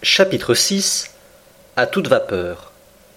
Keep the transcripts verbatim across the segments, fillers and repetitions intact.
Chapitre six. À toute vapeur.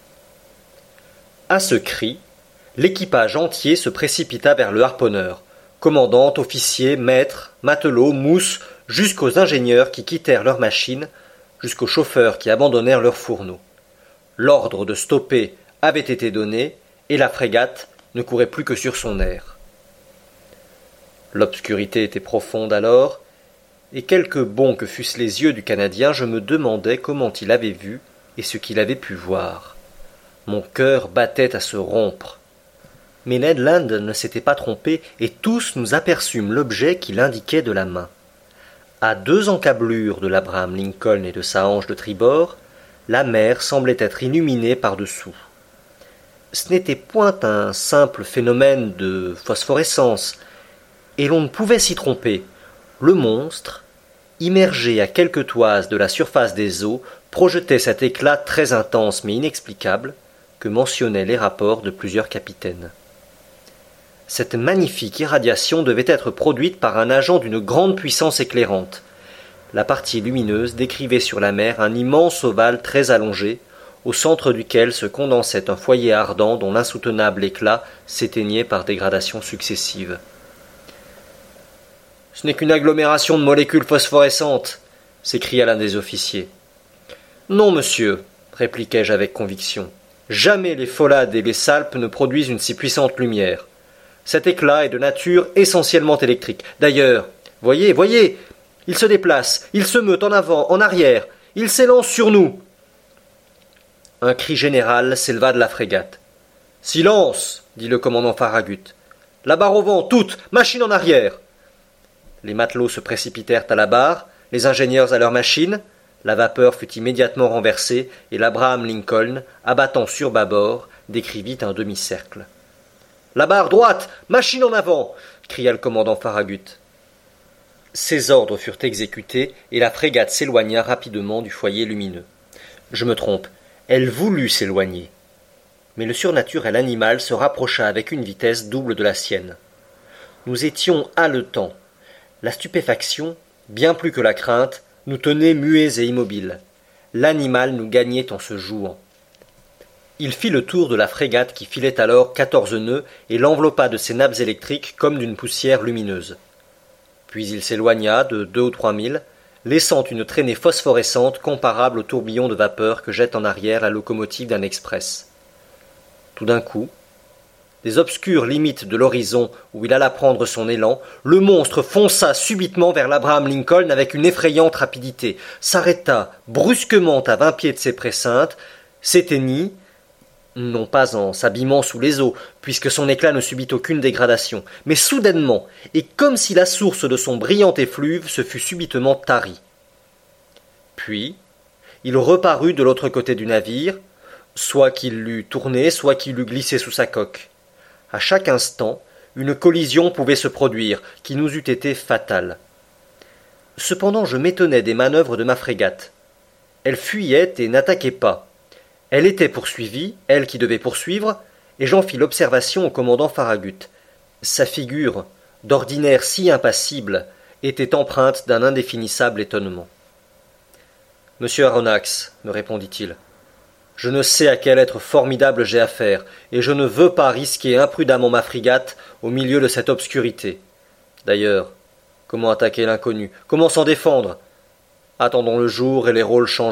À ce cri, l'équipage entier se précipita vers le harponneur, commandant, officiers, maîtres, matelots, mousses, jusqu'aux ingénieurs qui quittèrent leurs machines, jusqu'aux chauffeurs qui abandonnèrent leurs fourneaux. L'ordre de stopper avait été donné, et la frégate ne courait plus que sur son air. L'obscurité était profonde alors, et quelque bons que fussent les yeux du Canadien, je me demandais comment il avait vu et ce qu'il avait pu voir. Mon cœur battait à se rompre. Mais Ned Land ne s'était pas trompé, et tous nous aperçûmes l'objet qu'il indiquait de la main. À deux encablures de l'Abraham Lincoln et de sa hanche de tribord, la mer semblait être illuminée par-dessous. Ce n'était point un simple phénomène de phosphorescence, et l'on ne pouvait s'y tromper. Le monstre, immergé à quelques toises de la surface des eaux, projetait cet éclat très intense mais inexplicable que mentionnaient les rapports de plusieurs capitaines. Cette magnifique irradiation devait être produite par un agent d'une grande puissance éclairante. La partie lumineuse décrivait sur la mer un immense ovale très allongé, au centre duquel se condensait un foyer ardent dont l'insoutenable éclat s'éteignait par dégradations successives. « Ce n'est qu'une agglomération de molécules phosphorescentes !» s'écria l'un des officiers. « Non, monsieur, » répliquai-je avec conviction. « Jamais les Pholades et les Salpes ne produisent une si puissante lumière. Cet éclat est de nature essentiellement électrique. D'ailleurs, voyez, voyez, il se déplace, il se meut en avant, en arrière, il s'élance sur nous. » Un cri général s'éleva de la frégate. « Silence !» dit le commandant Farragut. « La barre au vent, toute, machine en arrière !» Les matelots se précipitèrent à la barre, les ingénieurs à leurs machines. La vapeur fut immédiatement renversée et l'Abraham Lincoln, abattant sur bâbord, décrivit un demi-cercle. « La barre droite, machine en avant !» cria le commandant Farragut. Ces ordres furent exécutés et la frégate s'éloigna rapidement du foyer lumineux. Je me trompe, elle voulut s'éloigner. Mais le surnaturel animal se rapprocha avec une vitesse double de la sienne. Nous étions haletants. La stupéfaction, bien plus que la crainte, nous tenait muets et immobiles. L'animal nous gagnait en se jouant. Il fit le tour de la frégate qui filait alors quatorze nœuds et l'enveloppa de ses nappes électriques comme d'une poussière lumineuse. Puis il s'éloigna de deux ou trois milles, laissant une traînée phosphorescente comparable au tourbillon de vapeur que jette en arrière la locomotive d'un express. Tout d'un coup, des obscures limites de l'horizon où il alla prendre son élan, le monstre fonça subitement vers l'Abraham Lincoln avec une effrayante rapidité, s'arrêta brusquement à vingt pieds de ses précintes, s'éteignit, non pas en s'abîmant sous les eaux, puisque son éclat ne subit aucune dégradation, mais soudainement, et comme si la source de son brillant effluve se fût subitement tarie. Puis, il reparut de l'autre côté du navire, soit qu'il l'eût tourné, soit qu'il eût glissé sous sa coque. À chaque instant, une collision pouvait se produire, qui nous eût été fatale. Cependant, je m'étonnais des manœuvres de ma frégate. Elle fuyait et n'attaquait pas. Elle était poursuivie, elle qui devait poursuivre, et j'en fis l'observation au commandant Farragut. Sa figure, d'ordinaire si impassible, était empreinte d'un indéfinissable étonnement. « Monsieur Aronnax, me répondit-il, je ne sais à quel être formidable j'ai affaire, et je ne veux pas risquer imprudemment ma frégate au milieu de cette obscurité. D'ailleurs, comment attaquer l'inconnu? Comment s'en défendre? Attendons le jour et les rôles changeront. »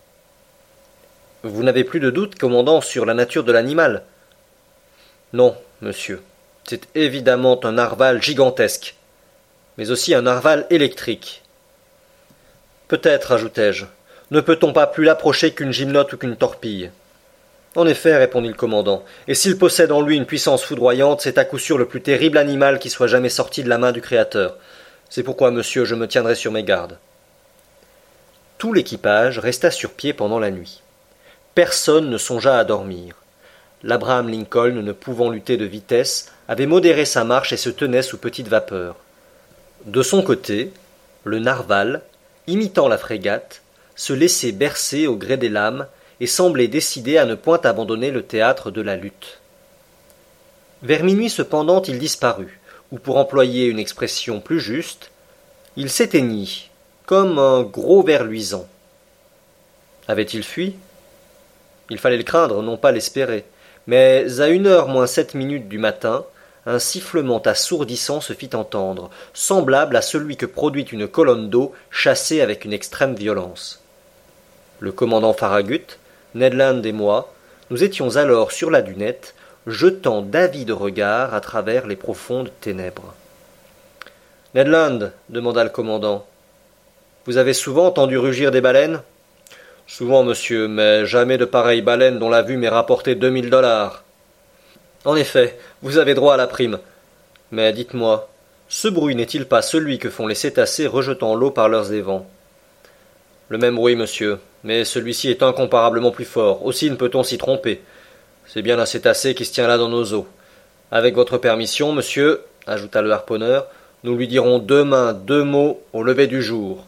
Vous n'avez plus de doute, commandant, sur la nature de l'animal? Non, monsieur. C'est évidemment un narval gigantesque, mais aussi un narval électrique. Peut-être, ajoutai-je, ne peut-on pas plus l'approcher qu'une gymnote ou qu'une torpille? En effet, répondit le commandant, et s'il possède en lui une puissance foudroyante, c'est à coup sûr le plus terrible animal qui soit jamais sorti de la main du Créateur. C'est pourquoi, monsieur, je me tiendrai sur mes gardes. Tout l'équipage resta sur pied pendant la nuit. Personne ne songea à dormir. L'Abraham Lincoln, ne pouvant lutter de vitesse, avait modéré sa marche et se tenait sous petite vapeur. De son côté, le narval, imitant la frégate, se laissait bercer au gré des lames et semblait décidé à ne point abandonner le théâtre de la lutte. Vers minuit cependant il disparut, ou pour employer une expression plus juste, il s'éteignit, comme un gros ver luisant. Avait-il fui? Il fallait le craindre, non pas l'espérer. Mais à une heure moins sept minutes du matin, un sifflement assourdissant se fit entendre, semblable à celui que produit une colonne d'eau chassée avec une extrême violence. Le commandant Farragut, Ned Land et moi, nous étions alors sur la dunette, jetant d'avides regards à travers les profondes ténèbres. « Ned Land, demanda le commandant, vous avez souvent entendu rugir des baleines ? Souvent, monsieur, mais jamais de pareilles baleines dont la vue m'ait rapporté deux mille dollars. En effet, vous avez droit à la prime. Mais dites-moi, ce bruit n'est-il pas celui que font les cétacés rejetant l'eau par leurs évents? Le même bruit, monsieur, mais celui-ci est incomparablement plus fort. Aussi ne peut-on s'y tromper. C'est bien un cétacé qui se tient là dans nos eaux. Avec votre permission, monsieur, ajouta le harponneur, nous lui dirons demain deux mots au lever du jour.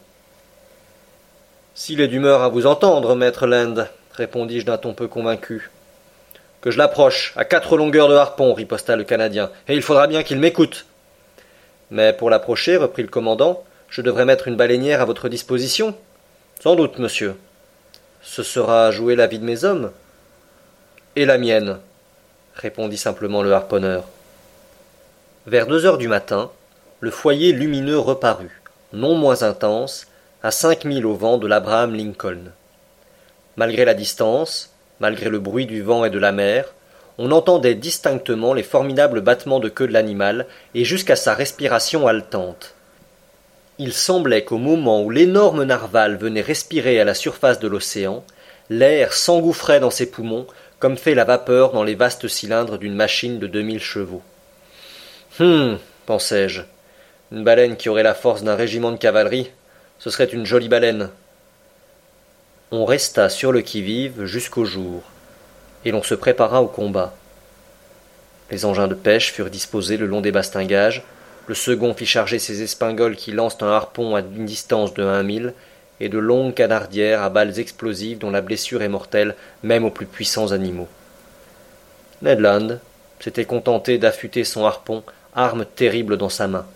S'il est d'humeur à vous entendre, maître Land, répondis-je d'un ton peu convaincu. Que je l'approche, à quatre longueurs de harpon, riposta le Canadien, et il faudra bien qu'il m'écoute. Mais pour l'approcher, reprit le commandant, je devrais mettre une baleinière à votre disposition. Sans doute, monsieur. Ce sera jouer la vie de mes hommes. Et la mienne, répondit simplement le harponneur. Vers deux heures du matin, le foyer lumineux reparut, non moins intense, à cinq milles au vent de l'Abraham Lincoln. Malgré la distance, malgré le bruit du vent et de la mer, on entendait distinctement les formidables battements de queue de l'animal et jusqu'à sa respiration haletante. Il semblait qu'au moment où l'énorme narwal venait respirer à la surface de l'océan, l'air s'engouffrait dans ses poumons comme fait la vapeur dans les vastes cylindres d'une machine de deux mille chevaux. Hum, pensai-je, une baleine qui aurait la force d'un régiment de cavalerie, ce serait une jolie baleine. On resta sur le qui-vive jusqu'au jour, et l'on se prépara au combat. Les engins de pêche furent disposés le long des bastingages, le second fit charger ses espingoles qui lancent un harpon à une distance de un mille, et de longues canardières à balles explosives dont la blessure est mortelle même aux plus puissants animaux. Ned Land s'était contenté d'affûter son harpon, arme terrible dans sa main.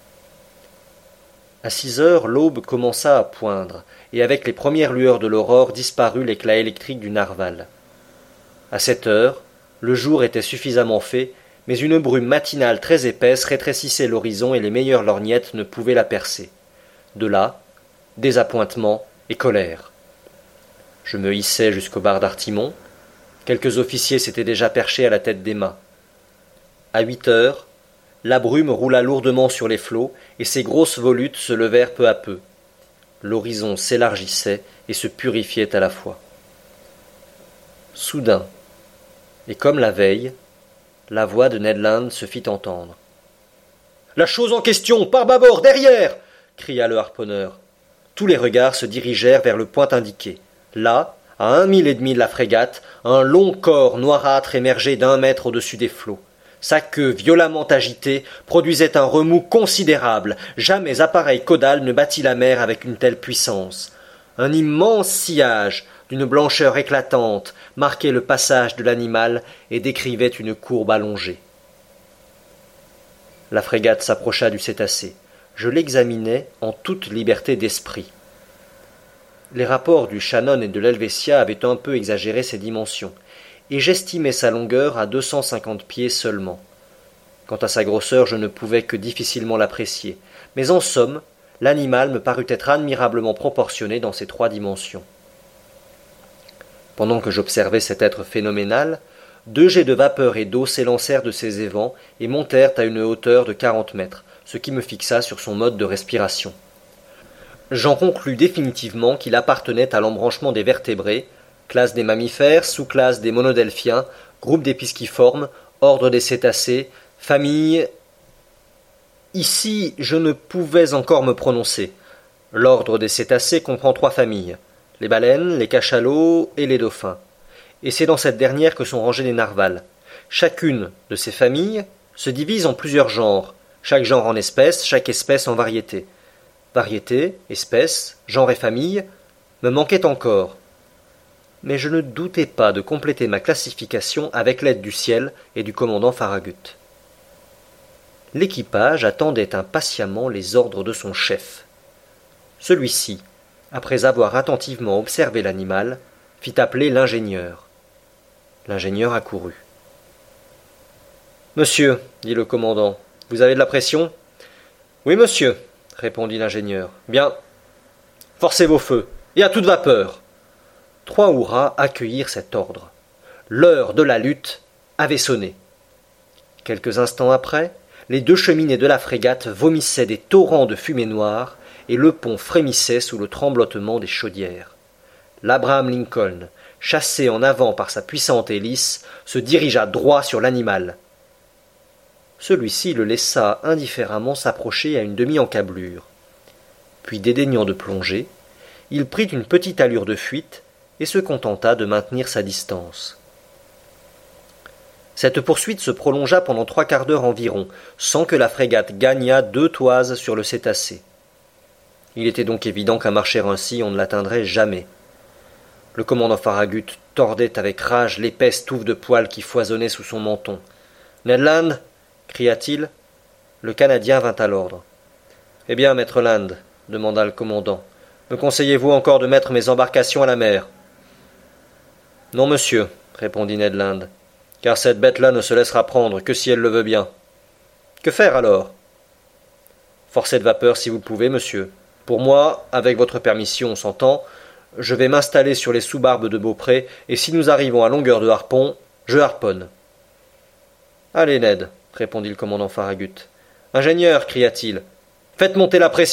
À six heures, l'aube commença à poindre, et avec les premières lueurs de l'aurore disparut l'éclat électrique du narwal. À sept heures, le jour était suffisamment fait, mais une brume matinale très épaisse rétrécissait l'horizon et les meilleures lorgnettes ne pouvaient la percer. De là, désappointement et colère. Je me hissai jusqu'au bar d'artimon. Quelques officiers s'étaient déjà perchés à la tête des mâts. À huit heures, la brume roula lourdement sur les flots, et ces grosses volutes se levèrent peu à peu. L'horizon s'élargissait et se purifiait à la fois. Soudain, et comme la veille, la voix de Ned Land se fit entendre. « La chose en question, par bâbord, derrière !» cria le harponneur. Tous les regards se dirigèrent vers le point indiqué. Là, à un mille et demi de la frégate, un long corps noirâtre émergeait d'un mètre au-dessus des flots. Sa queue, violemment agitée, produisait un remous considérable. Jamais appareil caudal ne battit la mer avec une telle puissance. Un immense sillage, d'une blancheur éclatante, marquait le passage de l'animal et décrivait une courbe allongée. La frégate s'approcha du cétacé. Je l'examinais en toute liberté d'esprit. Les rapports du Shannon et de l'Helvetia avaient un peu exagéré ses dimensions, et j'estimais sa longueur à deux cent cinquante pieds seulement. Quant à sa grosseur, je ne pouvais que difficilement l'apprécier, mais en somme, l'animal me parut être admirablement proportionné dans ses trois dimensions. Pendant que j'observais cet être phénoménal, deux jets de vapeur et d'eau s'élancèrent de ses évents et montèrent à une hauteur de quarante mètres, ce qui me fixa sur son mode de respiration. J'en conclus définitivement qu'il appartenait à l'embranchement des vertébrés, classe des mammifères, sous-classe des monodelphiens, groupe des pisciformes, ordre des cétacés, famille... Ici, je ne pouvais encore me prononcer. L'ordre des cétacés comprend trois familles, les baleines, les cachalots et les dauphins. Et c'est dans cette dernière que sont rangés les narvals. Chacune de ces familles se divise en plusieurs genres, chaque genre en espèces, chaque espèce en variété. Variété, espèce, genre et famille me manquaient encore. Mais je ne doutais pas de compléter ma classification avec l'aide du ciel et du commandant Farragut. L'équipage attendait impatiemment les ordres de son chef. Celui-ci, après avoir attentivement observé l'animal, fit appeler l'ingénieur. L'ingénieur accourut. « Monsieur, dit le commandant, vous avez de la pression ?»« Oui, monsieur, répondit l'ingénieur. Bien. Forcez vos feux, et à toute vapeur. » Trois hurrahs accueillirent cet ordre. L'heure de la lutte avait sonné. Quelques instants après, les deux cheminées de la frégate vomissaient des torrents de fumée noire et le pont frémissait sous le tremblotement des chaudières. L'Abraham Lincoln, chassé en avant par sa puissante hélice, se dirigea droit sur l'animal. Celui-ci le laissa indifféremment s'approcher à une demi-encablure. Puis, dédaignant de plonger, il prit une petite allure de fuite et se contenta de maintenir sa distance. Cette poursuite se prolongea pendant trois quarts d'heure environ, sans que la frégate gagnât deux toises sur le cétacé. Il était donc évident qu'à marcher ainsi, on ne l'atteindrait jamais. Le commandant Farragut tordait avec rage l'épaisse touffe de poils qui foisonnait sous son menton. « Ned Land » cria-t-il. Le Canadien vint à l'ordre. « Eh bien, maître Land » demanda le commandant, « me conseillez-vous encore de mettre mes embarcations à la mer ?»« Non, monsieur, » répondit Ned Land, « car cette bête-là ne se laissera prendre que si elle le veut bien. »« Que faire alors ?»« Forcer de vapeur si vous le pouvez, monsieur. Pour moi, avec votre permission, on s'entend, je vais m'installer sur les sous-barbes de Beaupré, et si nous arrivons à longueur de harpon, je harponne. »« Allez, Ned, » répondit le commandant Farragut. « Ingénieur, cria-t-il, faites monter la pression !»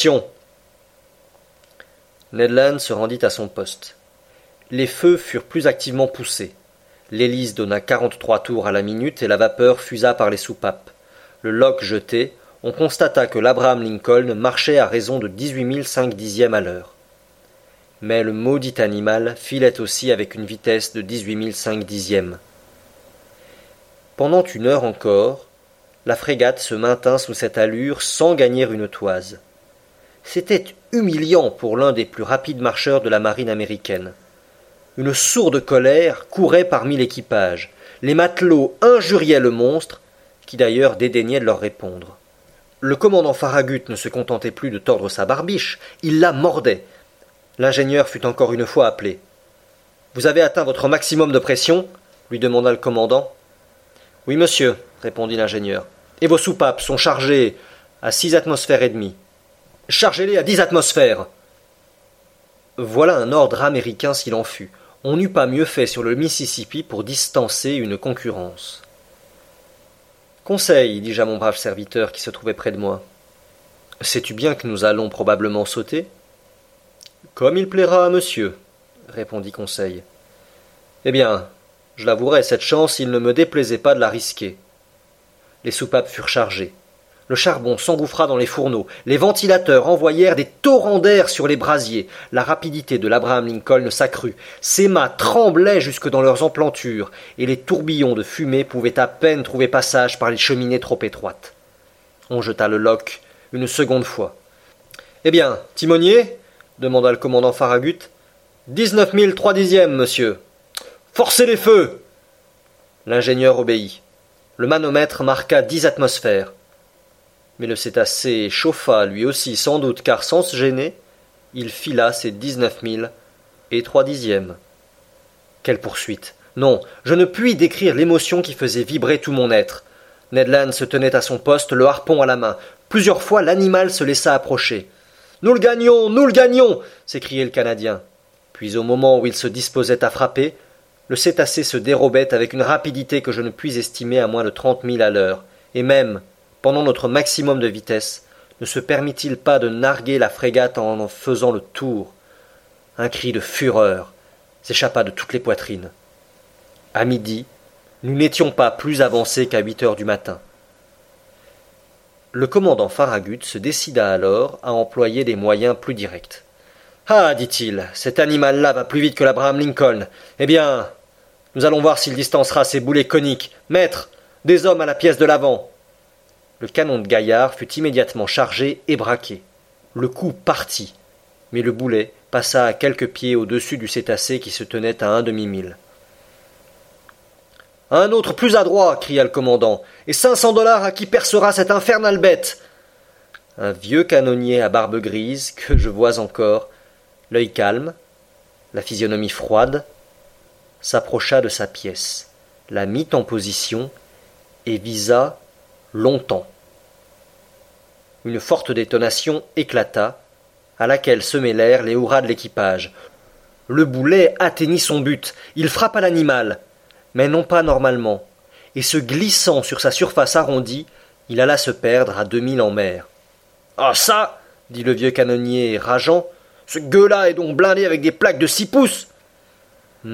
Ned Land se rendit à son poste. Les feux furent plus activement poussés. L'hélice donna quarante-trois tours à la minute et la vapeur fusa par les soupapes. Le loch jeté, on constata que l'Abraham Lincoln marchait à raison de dix-huit mille cinq dixièmes à l'heure. Mais le maudit animal filait aussi avec une vitesse de dix-huit mille cinq dixièmes. Pendant une heure encore, la frégate se maintint sous cette allure sans gagner une toise. C'était humiliant pour l'un des plus rapides marcheurs de la marine américaine. Une sourde colère courait parmi l'équipage. Les matelots injuriaient le monstre, qui d'ailleurs dédaignait de leur répondre. Le commandant Farragut ne se contentait plus de tordre sa barbiche, il la mordait. L'ingénieur fut encore une fois appelé. « Vous avez atteint votre maximum de pression ?» lui demanda le commandant. « Oui, monsieur, » répondit l'ingénieur. « Et vos soupapes sont chargées à six atmosphères et demie. »« Chargez-les à dix atmosphères !» Voilà un ordre américain s'il en fut. On n'eût pas mieux fait sur le Mississippi pour distancer une concurrence. « Conseil, dis-je à mon brave serviteur qui se trouvait près de moi. Sais-tu bien que nous allons probablement sauter ?»« Comme il plaira à monsieur, » répondit Conseil. « Eh bien, je l'avouerai, cette chance, il ne me déplaisait pas de la risquer. » Les soupapes furent chargées. Le charbon s'engouffra dans les fourneaux, les ventilateurs envoyèrent des torrents d'air sur les brasiers, la rapidité de l'Abraham Lincoln s'accrut, ses mâts tremblaient jusque dans leurs emplantures, et les tourbillons de fumée pouvaient à peine trouver passage par les cheminées trop étroites. On jeta le loch une seconde fois. « Eh bien, timonier ?» demanda le commandant Farragut. « Dix-neuf mille trois dixièmes, monsieur. »« Forcez les feux !» L'ingénieur obéit. Le manomètre marqua dix atmosphères. Mais le cétacé chauffa lui aussi sans doute, car sans se gêner, il fila ses dix-neuf mille et trois dixièmes. Quelle poursuite! Non, je ne puis décrire l'émotion qui faisait vibrer tout mon être. Ned Land se tenait à son poste, le harpon à la main. Plusieurs fois, l'animal se laissa approcher. « Nous le gagnons! Nous le gagnons !» s'écriait le Canadien. Puis, au moment où il se disposait à frapper, le cétacé se dérobait avec une rapidité que je ne puis estimer à moins de trente milles à l'heure, et même, pendant notre maximum de vitesse, ne se permit-il pas de narguer la frégate en en faisant le tour. Un cri de fureur s'échappa de toutes les poitrines. À midi, nous n'étions pas plus avancés qu'à huit heures du matin. Le commandant Farragut se décida alors à employer des moyens plus directs. « Ah, dit-il, cet animal-là va plus vite que l'Abraham Lincoln. Eh bien, nous allons voir s'il distancera ces boulets coniques. Maître, des hommes à la pièce de l'avant. » Le canon de Gaillard fut immédiatement chargé et braqué. Le coup partit, mais le boulet passa à quelques pieds au-dessus du cétacé qui se tenait à un demi-mille. « Un autre plus adroit !» cria le commandant. « Et cinq cents dollars à qui percera cette infernale bête !» Un vieux canonnier à barbe grise, que je vois encore, L'œil calme, la physionomie froide, s'approcha de sa pièce, la mit en position et visa longtemps. Une forte détonation éclata, à laquelle se mêlèrent les hurrahs de l'équipage. Le boulet atteignit son but, il frappa l'animal, mais non pas normalement, et se glissant sur sa surface arrondie, il alla se perdre à deux milles en mer. « Ah ça !» dit le vieux canonnier, rageant. « Ce gueux-là est donc blindé avec des plaques de six pouces !»« Malédiction !»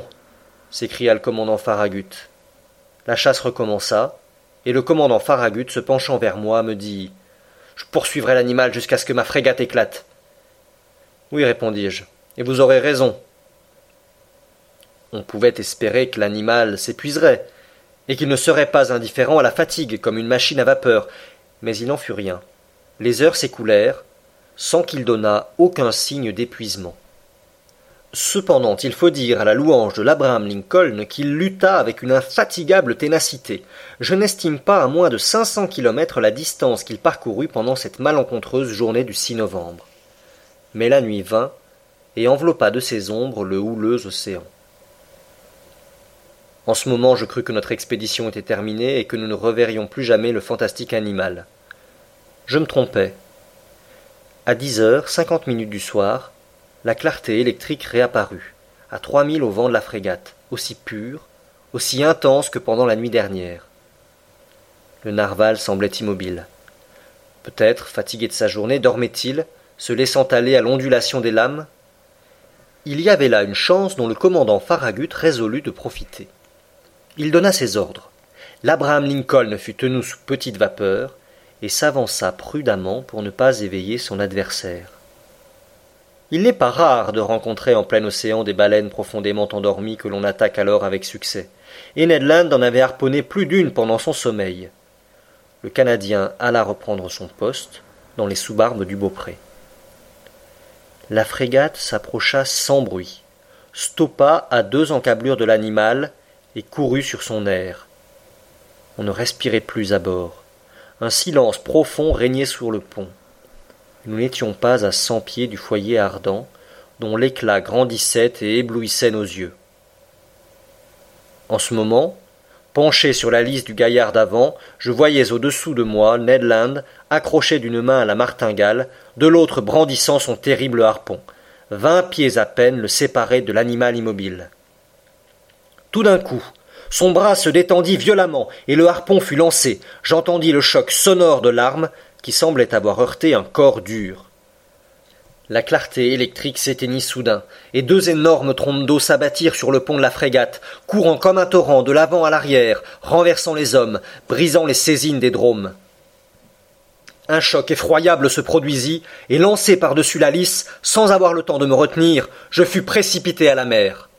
s'écria le commandant Farragut. La chasse recommença, et le commandant Farragut, se penchant vers moi, me dit « Je poursuivrai l'animal jusqu'à ce que ma frégate éclate. »« Oui, répondis-je, et vous aurez raison. » On pouvait espérer que l'animal s'épuiserait, et qu'il ne serait pas indifférent à la fatigue comme une machine à vapeur, mais il n'en fut rien. Les heures s'écoulèrent, sans qu'il donnât aucun signe d'épuisement. Cependant, il faut dire à la louange de l'Abraham Lincoln qu'il lutta avec une infatigable ténacité. Je n'estime pas à moins de cinq cents kilomètres la distance qu'il parcourut pendant cette malencontreuse journée du six novembre. Mais la nuit vint et enveloppa de ses ombres le houleux océan. En ce moment, je crus que notre expédition était terminée et que nous ne reverrions plus jamais le fantastique animal. Je me trompais. À dix heures cinquante minutes du soir, la clarté électrique réapparut, à trois milles au vent de la frégate, aussi pure, aussi intense que pendant la nuit dernière. Le narwal semblait immobile. Peut-être, fatigué de sa journée, dormait-il, se laissant aller à l'ondulation des lames. Il y avait là une chance dont le commandant Farragut résolut de profiter. Il donna ses ordres. L'Abraham Lincoln fut tenu sous petite vapeur et s'avança prudemment pour ne pas éveiller son adversaire. Il n'est pas rare de rencontrer en plein océan des baleines profondément endormies que l'on attaque alors avec succès, et Ned Land en avait harponné plus d'une pendant son sommeil. Le Canadien alla reprendre son poste dans les sous-barbes du Beaupré. La frégate s'approcha sans bruit, stoppa à deux encablures de l'animal et courut sur son air. On ne respirait plus à bord. Un silence profond régnait sur le pont. Nous n'étions pas à cent pieds du foyer ardent, dont l'éclat grandissait et éblouissait nos yeux. En ce moment, penché sur la lisse du gaillard d'avant, je voyais au-dessous de moi Ned Land, accroché d'une main à la martingale, de l'autre brandissant son terrible harpon. Vingt pieds à peine le séparaient de l'animal immobile. Tout d'un coup, son bras se détendit violemment, et le harpon fut lancé. J'entendis le choc sonore de l'arme, qui semblait avoir heurté un corps dur. La clarté électrique s'éteignit soudain, et deux énormes trompes d'eau s'abattirent sur le pont de la frégate, courant comme un torrent de l'avant à l'arrière, renversant les hommes, brisant les saisines des dromes. Un choc effroyable se produisit, et lancé par-dessus la lisse, sans avoir le temps de me retenir, je fus précipité à la mer.